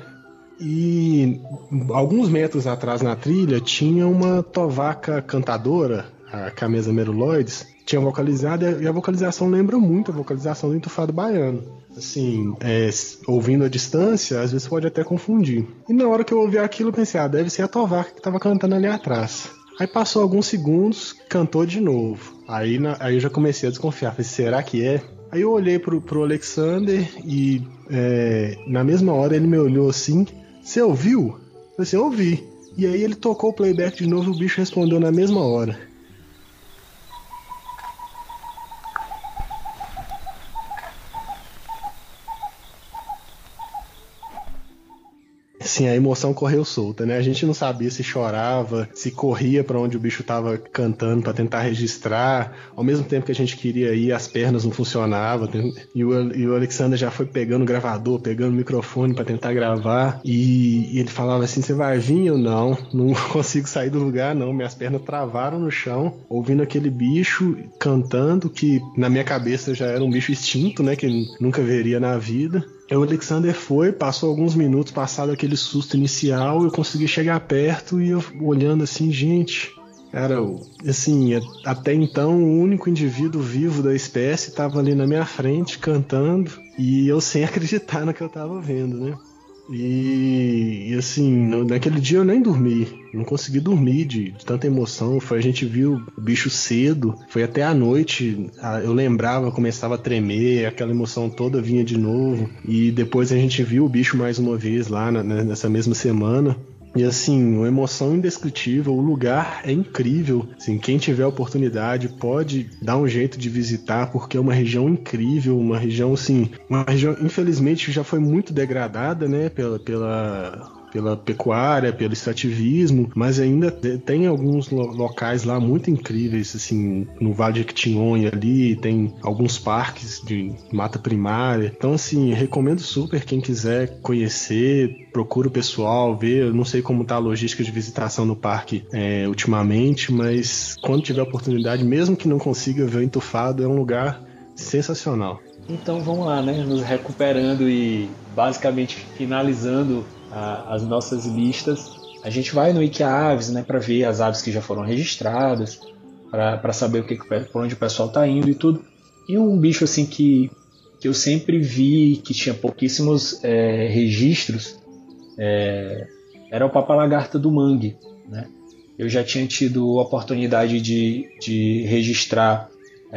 E alguns metros atrás na trilha tinha uma tovaca cantadora, a Camesa meruloides, tinha vocalizado, e a vocalização lembra muito a vocalização do entufado baiano. Assim, ouvindo a distância, às vezes pode até confundir. E na hora que eu ouvi aquilo, eu pensei, deve ser a tovaca que estava cantando ali atrás. Aí passou alguns segundos, cantou de novo. Aí eu já comecei a desconfiar, falei, será que é? Aí eu olhei pro Alexander e na mesma hora ele me olhou assim, você ouviu? Eu falei assim, ouvi. E aí ele tocou o playback de novo e o bicho respondeu na mesma hora. Assim, a emoção correu solta, né? A gente não sabia se chorava, se corria pra onde o bicho tava cantando pra tentar registrar. Ao mesmo tempo que a gente queria ir, as pernas não funcionavam. E o Alexander já foi pegando o gravador, pegando o microfone pra tentar gravar. E ele falava assim, você vai vir? Eu não consigo sair do lugar, não. Minhas pernas travaram no chão, ouvindo aquele bicho cantando, que na minha cabeça já era um bicho extinto, né? Que nunca veria na vida. O Alexander foi, passou alguns minutos, passado aquele susto inicial, eu consegui chegar perto e eu olhando assim, gente, era assim, até então o único indivíduo vivo da espécie estava ali na minha frente cantando e eu sem acreditar no que eu estava vendo, né? E assim, naquele dia eu nem dormi, não consegui dormir de tanta emoção. A gente viu o bicho cedo, foi até a noite, eu lembrava, começava a tremer, aquela emoção toda vinha de novo. E depois a gente viu o bicho mais uma vez lá nessa mesma semana. E assim, uma emoção indescritível, o lugar é incrível. Assim, quem tiver oportunidade pode dar um jeito de visitar, porque é uma região incrível, uma região infelizmente já foi muito degradada, né, pela pecuária, pelo extrativismo, mas ainda tem alguns locais lá muito incríveis, assim, no Vale de Jequitinhonha ali, tem alguns parques de mata primária. Então, assim, recomendo super quem quiser conhecer, procura o pessoal, ver. Eu não sei como tá a logística de visitação no parque ultimamente, mas quando tiver oportunidade, mesmo que não consiga ver o entufado, é um lugar sensacional. Então vamos lá, né? Nos recuperando e basicamente finalizando as nossas listas. A gente vai no Wikiaves, né, para ver as aves que já foram registradas, para saber por onde o pessoal está indo e tudo. E um bicho assim que eu sempre vi que tinha pouquíssimos registros era o Papa-lagarta do mangue, né? Eu já tinha tido a oportunidade de registrar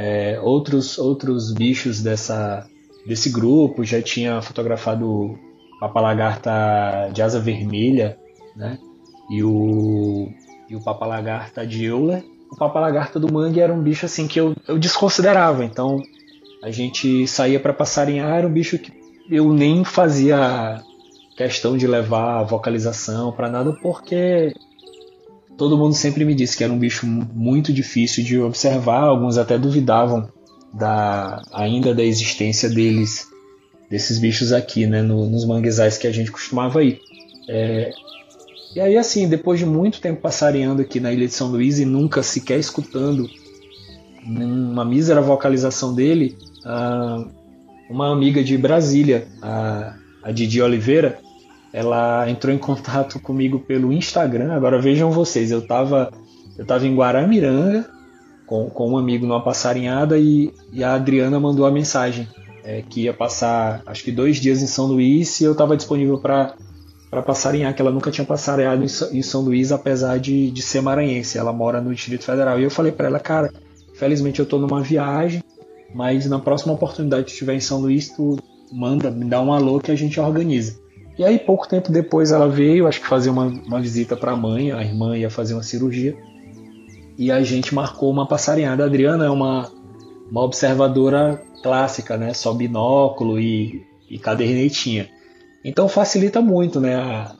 outros bichos desse grupo, já tinha fotografado Papa-lagarta de asa vermelha, né? E o Papa-lagarta de Euler. O Papa-lagarta do mangue era um bicho assim que eu desconsiderava. Então a gente saía para passarinhar, era um bicho que eu nem fazia questão de levar a vocalização para nada, porque todo mundo sempre me disse que era um bicho muito difícil de observar. Alguns até duvidavam ainda da existência desses bichos aqui, né, nos manguezais que a gente costumava ir. E aí, assim, depois de muito tempo passarinhando aqui na Ilha de São Luís e nunca sequer escutando uma mísera vocalização dele, uma amiga de Brasília, a Didi Oliveira, ela entrou em contato comigo pelo Instagram. Agora vejam vocês, eu tava em Guaramiranga com um amigo numa passarinhada e a Adriana mandou a mensagem que ia passar acho que 2 dias em São Luís e eu estava disponível para passarinhar, que ela nunca tinha passarinhado em São Luís, apesar de ser maranhense. Ela mora no Distrito Federal. E eu falei para ela, cara, felizmente eu estou numa viagem, mas na próxima oportunidade que estiver em São Luís, tu me dá um alô que a gente organiza. E aí pouco tempo depois ela veio, acho que fazer uma visita para a mãe, a irmã ia fazer uma cirurgia, e a gente marcou uma passarinhada. A Adriana é uma observadora clássica, né? Só binóculo e cadernetinha. Então facilita muito, né,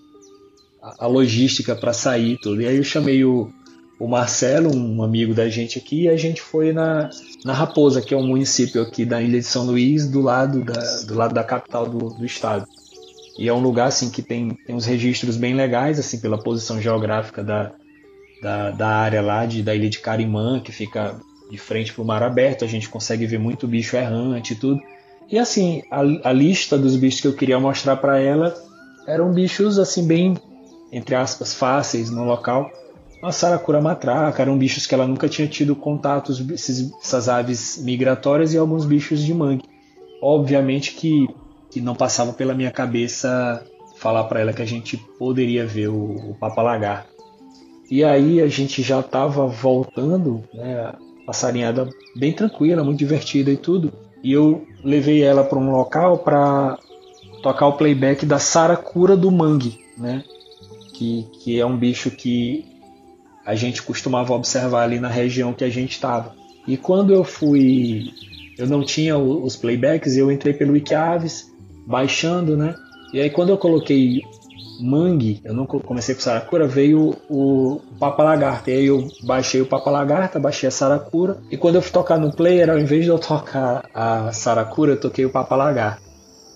a logística para sair tudo. E aí eu chamei o Marcelo, um amigo da gente aqui, e a gente foi na Raposa, que é um município aqui da Ilha de São Luís, do lado da capital do estado. E é um lugar assim que tem uns registros bem legais, assim, pela posição geográfica da área lá da Ilha de Carimã, que fica de frente para o mar aberto. A gente consegue ver muito bicho errante e tudo. E assim, a lista dos bichos que eu queria mostrar para ela eram bichos assim bem, entre aspas, fáceis no local. A saracura matraca, eram bichos que ela nunca tinha tido contatos, essas aves migratórias, e alguns bichos de mangue. Obviamente que não passava pela minha cabeça falar para ela que a gente poderia ver o Papa-lagarto. E aí a gente já estava voltando, né, passarinhada bem tranquila, muito divertida e tudo. E eu levei ela para um local para tocar o playback da saracura do mangue, né? Que é um bicho que a gente costumava observar ali na região que a gente estava. E quando eu não tinha os playbacks, eu entrei pelo Wikiaves, baixando, né? E aí quando eu coloquei mangue, eu não comecei com saracura, veio o papa-lagarta. E aí eu baixei o papa-lagarta, baixei a saracura. E quando eu fui tocar no player, ao invés de eu tocar a saracura, eu toquei o papa-lagarta.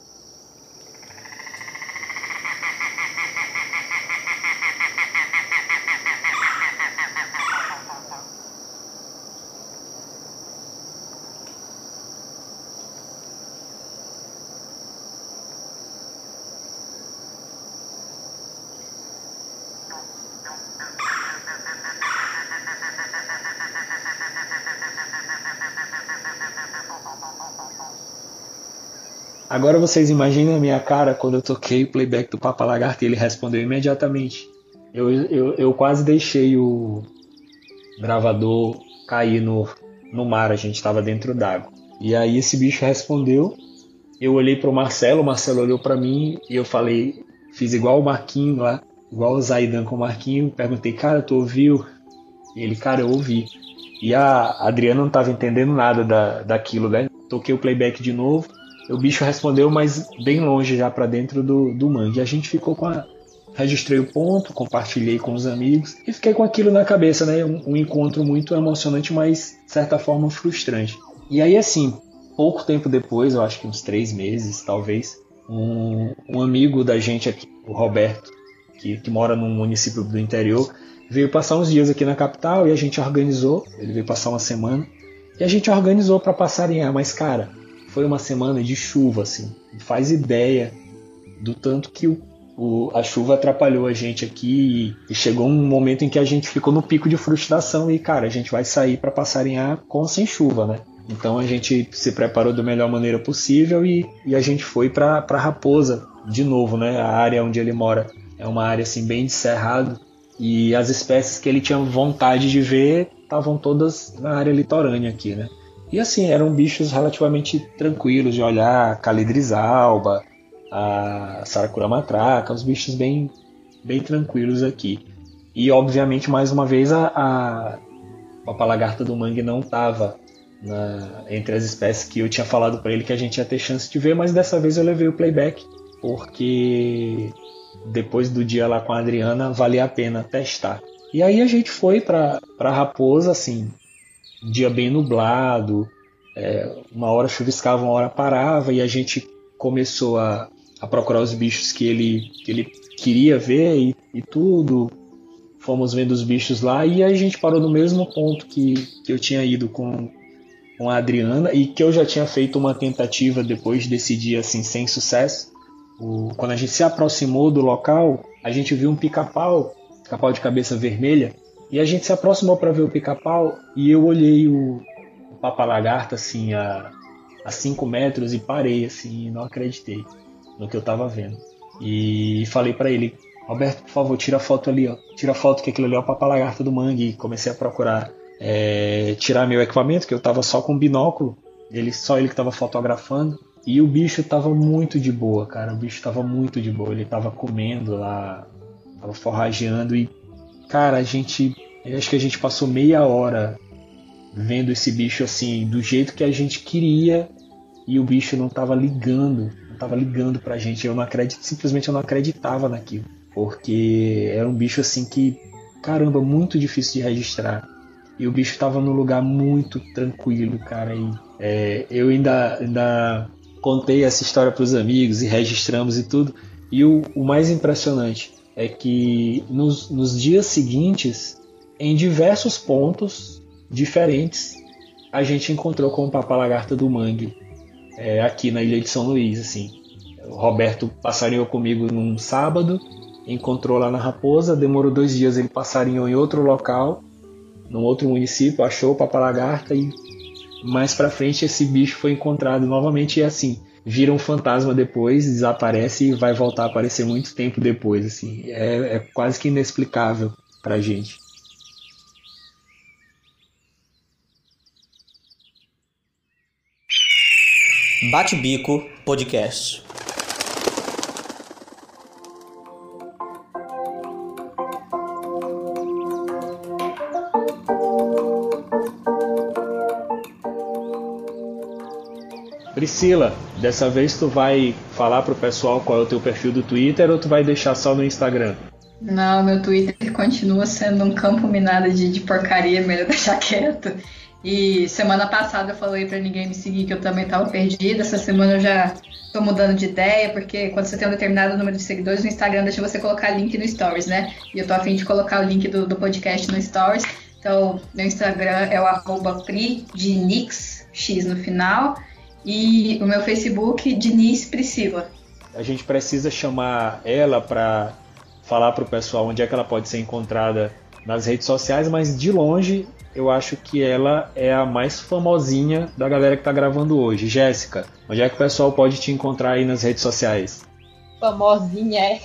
Agora vocês imaginem a minha cara quando eu toquei o playback do Papa Lagarto e ele respondeu imediatamente. Eu quase deixei o gravador cair no mar, a gente estava dentro d'água. E aí esse bicho respondeu, eu olhei pro Marcelo, o Marcelo olhou para mim e eu falei, fiz igual o Marquinho lá, igual o Zaidan com o Marquinho, perguntei, cara, tu ouviu? E ele, cara, eu ouvi. E a Adriana não estava entendendo nada daquilo, né? Toquei o playback de novo. O bicho respondeu, mas bem longe já para dentro do mangue. E a gente ficou registrei o ponto, compartilhei com os amigos e fiquei com aquilo na cabeça, né? Um encontro muito emocionante, mas de certa forma frustrante. E aí, assim, pouco tempo depois, eu acho que uns 3 meses, talvez, um amigo da gente aqui, o Roberto, que mora num município do interior, veio passar uns dias aqui na capital e a gente organizou. Ele veio passar uma semana e a gente organizou para passarinhar, mas, cara, foi uma semana de chuva, assim. Não faz ideia do tanto que a chuva atrapalhou a gente aqui e chegou um momento em que a gente ficou no pico de frustração e, cara, a gente vai sair para passarinhar com ou sem chuva, né? Então a gente se preparou da melhor maneira possível e a gente foi para Raposa de novo, né? A área onde ele mora é uma área assim bem de cerrado e as espécies que ele tinha vontade de ver estavam todas na área litorânea aqui, né? E assim, eram bichos relativamente tranquilos de olhar, Calidris alba, a Saracura matraca, os bichos bem tranquilos aqui. E obviamente, mais uma vez, a papa-lagarta do mangue não estava entre as espécies que eu tinha falado para ele que a gente ia ter chance de ver, mas dessa vez eu levei o playback, porque depois do dia lá com a Adriana, valia a pena testar. E aí a gente foi para Raposa, assim, um dia bem nublado, uma hora chuviscava, uma hora parava, e a gente começou a procurar os bichos que ele queria ver e tudo. Fomos vendo os bichos lá e a gente parou no mesmo ponto que eu tinha ido com a Adriana e que eu já tinha feito uma tentativa depois desse dia assim, sem sucesso. Quando a gente se aproximou do local, a gente viu um pica-pau de cabeça vermelha, e a gente se aproximou para ver o pica-pau e eu olhei o papa-lagarta assim a 5 metros e parei assim, não acreditei no que eu estava vendo. E falei para ele, Roberto, por favor, tira a foto ali, ó. Tira a foto que aquilo ali é o papa-lagarta do mangue. E comecei a procurar tirar meu equipamento, que eu estava só com binóculo, só ele que estava fotografando. E o bicho estava muito de boa, cara. O bicho estava muito de boa. Ele estava comendo lá, estava forrageando e, cara, eu acho que a gente passou meia hora vendo esse bicho assim, do jeito que a gente queria, e o bicho não estava ligando pra gente. Simplesmente eu não acreditava naquilo, porque era um bicho assim que, caramba, muito difícil de registrar. E o bicho estava num lugar muito tranquilo, cara. E eu ainda contei essa história para os amigos e registramos e tudo. E o mais impressionante é que nos dias seguintes, em diversos pontos diferentes, a gente encontrou com o papa-lagarta do mangue, aqui na ilha de São Luís. Assim. O Roberto passarinhou comigo num sábado, encontrou lá na Raposa, demorou 2 dias, ele passarinhou em outro local, num outro município, achou o papa-lagarta e mais pra frente esse bicho foi encontrado novamente e assim, vira um fantasma depois, desaparece e vai voltar a aparecer muito tempo depois. Assim. É quase que inexplicável pra gente. Bate Bico Podcast. Priscila, dessa vez tu vai falar pro pessoal qual é o teu perfil do Twitter ou tu vai deixar só no Instagram? Não, meu Twitter continua sendo um campo minado de porcaria, melhor deixar quieto. E semana passada eu falei pra ninguém me seguir, que eu também tava perdida. Essa semana eu já tô mudando de ideia, porque quando você tem um determinado número de seguidores, no Instagram deixa você colocar link no Stories, né? E eu tô a fim de colocar o link do podcast no Stories. Então, meu Instagram é o @pridinix, X no final. E o meu Facebook, Diniz Priscila. A gente precisa chamar ela para falar para o pessoal onde é que ela pode ser encontrada nas redes sociais, mas de longe eu acho que ela é a mais famosinha da galera que está gravando hoje. Jéssica, onde é que o pessoal pode te encontrar aí nas redes sociais? Famosinha, é?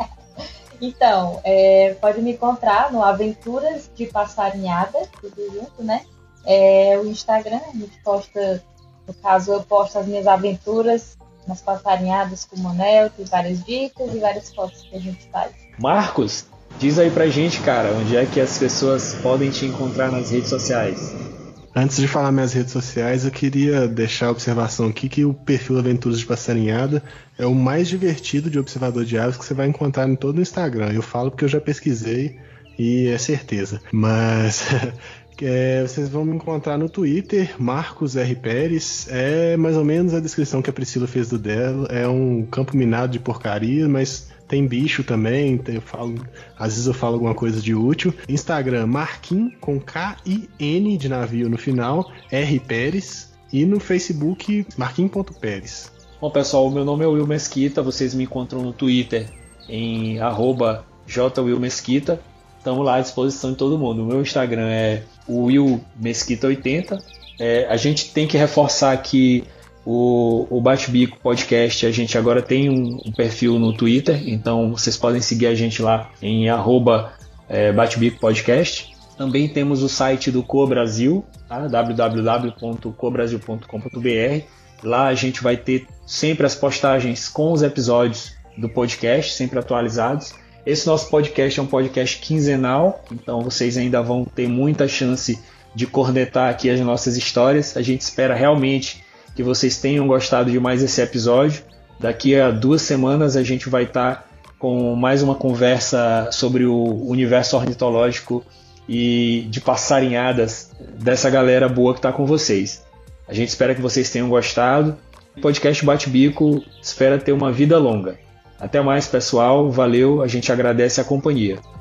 Então, pode me encontrar no Aventuras de Passarinhada, tudo junto, né? O Instagram, a gente posta, no caso eu posto as minhas aventuras nas passarinhadas com o Manel, tem várias dicas e várias fotos que a gente faz. Marcos, diz aí pra gente, cara, onde é que as pessoas podem te encontrar nas redes sociais? Antes de falar minhas redes sociais, eu queria deixar a observação aqui que o perfil Aventuras de Passarinhada é o mais divertido de observador de aves que você vai encontrar em todo o Instagram. Eu falo porque eu já pesquisei e é certeza. Mas vocês vão me encontrar no Twitter, Marcos R. Pérez. É mais ou menos a descrição que a Priscila fez do dela. É um campo minado de porcaria, mas tem bicho também. Às vezes eu falo alguma coisa de útil. Instagram, Marquim, com K-I-N de navio no final, R. Pérez. E no Facebook, marquim.pérez. Bom, pessoal, o meu nome é Will Mesquita. Vocês me encontram no Twitter em @jwillmesquita. Estamos lá à disposição de todo mundo. O meu Instagram é o Will Mesquita80. A gente tem que reforçar que o Bate-Bico Podcast, a gente agora tem um perfil no Twitter, então vocês podem seguir a gente lá em @Bate-Bico Podcast. Também temos o site do CoBrasil, tá? www.cobrasil.com.br. Lá a gente vai ter sempre as postagens com os episódios do podcast, sempre atualizados. Esse nosso podcast é um podcast quinzenal, então vocês ainda vão ter muita chance de cornetar aqui as nossas histórias. A gente espera realmente que vocês tenham gostado de mais esse episódio. Daqui a 2 semanas a gente vai estar com mais uma conversa sobre o universo ornitológico e de passarinhadas dessa galera boa que está com vocês. A gente espera que vocês tenham gostado. O podcast Bate-Bico espera ter uma vida longa. Até mais, pessoal. Valeu, a gente agradece a companhia.